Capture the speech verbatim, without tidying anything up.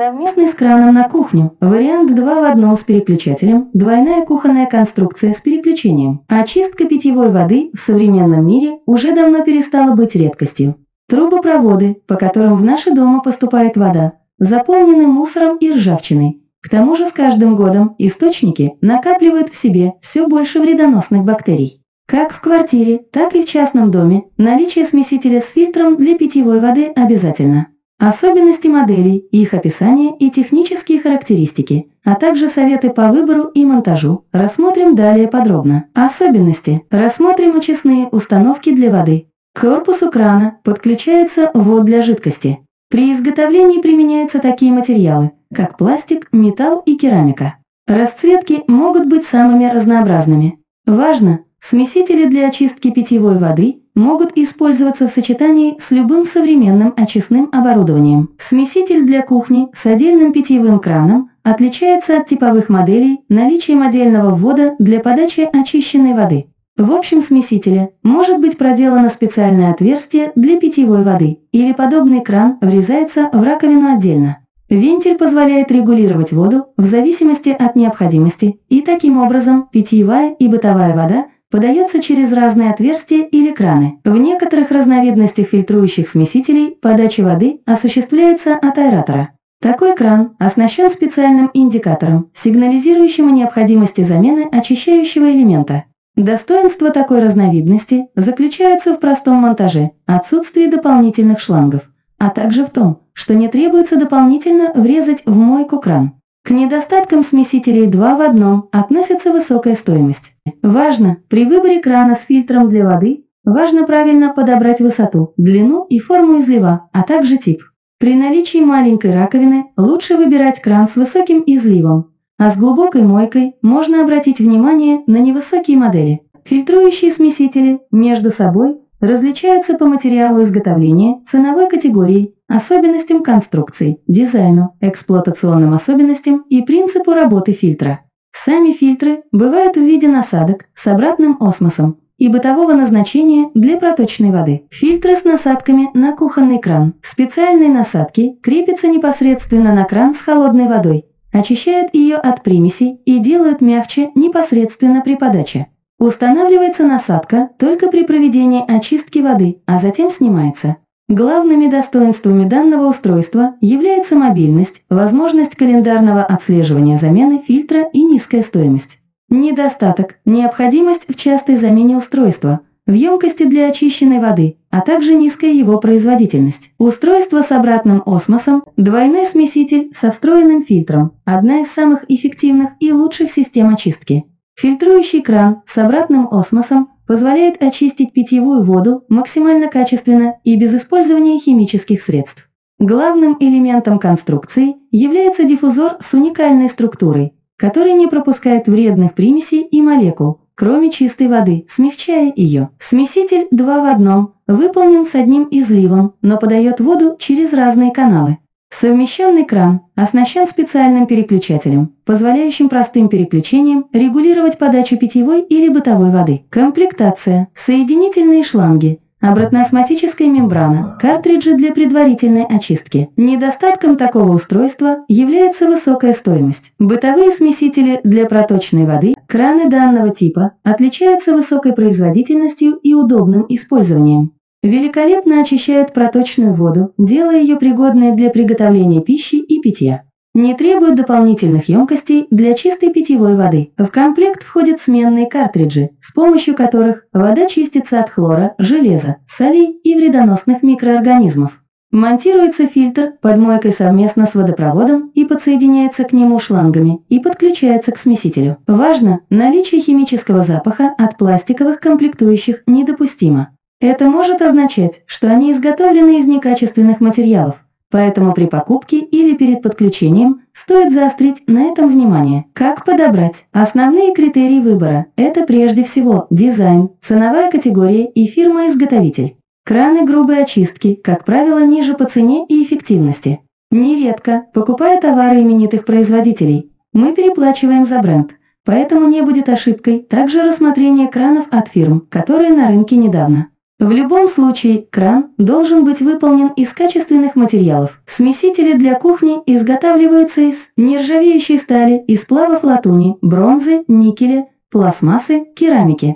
Совместный с краном на кухню. Вариант два в одном с переключателем. Двойная кухонная конструкция с переключением. Очистка питьевой воды в современном мире уже давно перестала быть редкостью. Трубопроводы, по которым в наши дома поступает вода, заполнены мусором и ржавчиной. К тому же с каждым годом источники накапливают в себе все больше вредоносных бактерий. Как в квартире, так и в частном доме наличие смесителя с фильтром для питьевой воды обязательно. Особенности моделей, их описание и технические характеристики, а также советы по выбору и монтажу рассмотрим далее подробно. Особенности. Рассмотрим очистные установки для воды. К корпусу крана подключается ввод для жидкости. При изготовлении применяются такие материалы, как пластик, металл и керамика. Расцветки могут быть самыми разнообразными. Важно! Смесители для очистки питьевой воды могут использоваться в сочетании с любым современным очистным оборудованием. Смеситель для кухни с отдельным питьевым краном отличается от типовых моделей наличием отдельного ввода для подачи очищенной воды. В общем смесителе может быть проделано специальное отверстие для питьевой воды, или подобный кран врезается в раковину отдельно. Вентиль позволяет регулировать воду в зависимости от необходимости, и таким образом питьевая и бытовая вода подается через разные отверстия или краны. В некоторых разновидностях фильтрующих смесителей подача воды осуществляется от аэратора. Такой кран оснащен специальным индикатором, сигнализирующим о необходимости замены очищающего элемента. Достоинство такой разновидности заключается в простом монтаже, отсутствии дополнительных шлангов, а также в том, что не требуется дополнительно врезать в мойку кран. К недостаткам смесителей два в одном относится высокая стоимость. Важно, при выборе крана с фильтром для воды, важно правильно подобрать высоту, длину и форму излива, а также тип. При наличии маленькой раковины лучше выбирать кран с высоким изливом, а с глубокой мойкой можно обратить внимание на невысокие модели. Фильтрующие смесители между собой различаются по материалу изготовления, ценовой категории, особенностям конструкции, дизайну, эксплуатационным особенностям и принципу работы фильтра. Сами фильтры бывают в виде насадок с обратным осмосом и бытового назначения для проточной воды. Фильтры с насадками на кухонный кран. Специальные насадки крепятся непосредственно на кран с холодной водой, очищают ее от примесей и делают мягче непосредственно при подаче. Устанавливается насадка только при проведении очистки воды, а затем снимается. Главными достоинствами данного устройства является мобильность, возможность календарного отслеживания замены фильтра и низкая стоимость. Недостаток – необходимость в частой замене устройства, в емкости для очищенной воды, а также низкая его производительность. Устройство с обратным осмосом – двойной смеситель со встроенным фильтром, одна из самых эффективных и лучших систем очистки. Фильтрующий кран с обратным осмосом позволяет очистить питьевую воду максимально качественно и без использования химических средств. Главным элементом конструкции является диффузор с уникальной структурой, который не пропускает вредных примесей и молекул, кроме чистой воды, смягчая ее. Смеситель два в одном выполнен с одним изливом, но подает воду через разные каналы. Совмещенный кран оснащен специальным переключателем, позволяющим простым переключением регулировать подачу питьевой или бытовой воды. Комплектация, соединительные шланги, обратноосмотическая мембрана, картриджи для предварительной очистки. Недостатком такого устройства является высокая стоимость. Бытовые смесители для проточной воды, краны данного типа отличаются высокой производительностью и удобным использованием. Великолепно очищают проточную воду, делая ее пригодной для приготовления пищи и питья. Не требуют дополнительных емкостей для чистой питьевой воды. В комплект входят сменные картриджи, с помощью которых вода чистится от хлора, железа, солей и вредоносных микроорганизмов. Монтируется фильтр под мойкой совместно с водопроводом и подсоединяется к нему шлангами и подключается к смесителю. Важно, наличие химического запаха от пластиковых комплектующих недопустимо. Это может означать, что они изготовлены из некачественных материалов, поэтому при покупке или перед подключением стоит заострить на этом внимание. Как подобрать? Основные критерии выбора – это прежде всего дизайн, ценовая категория и фирма-изготовитель. Краны грубой очистки, как правило, ниже по цене и эффективности. Нередко, покупая товары именитых производителей, мы переплачиваем за бренд, поэтому не будет ошибкой также рассмотрение кранов от фирм, которые на рынке недавно. В любом случае, кран должен быть выполнен из качественных материалов. Смесители для кухни изготавливаются из нержавеющей стали, из сплавов латуни, бронзы, никеля, пластмассы, керамики.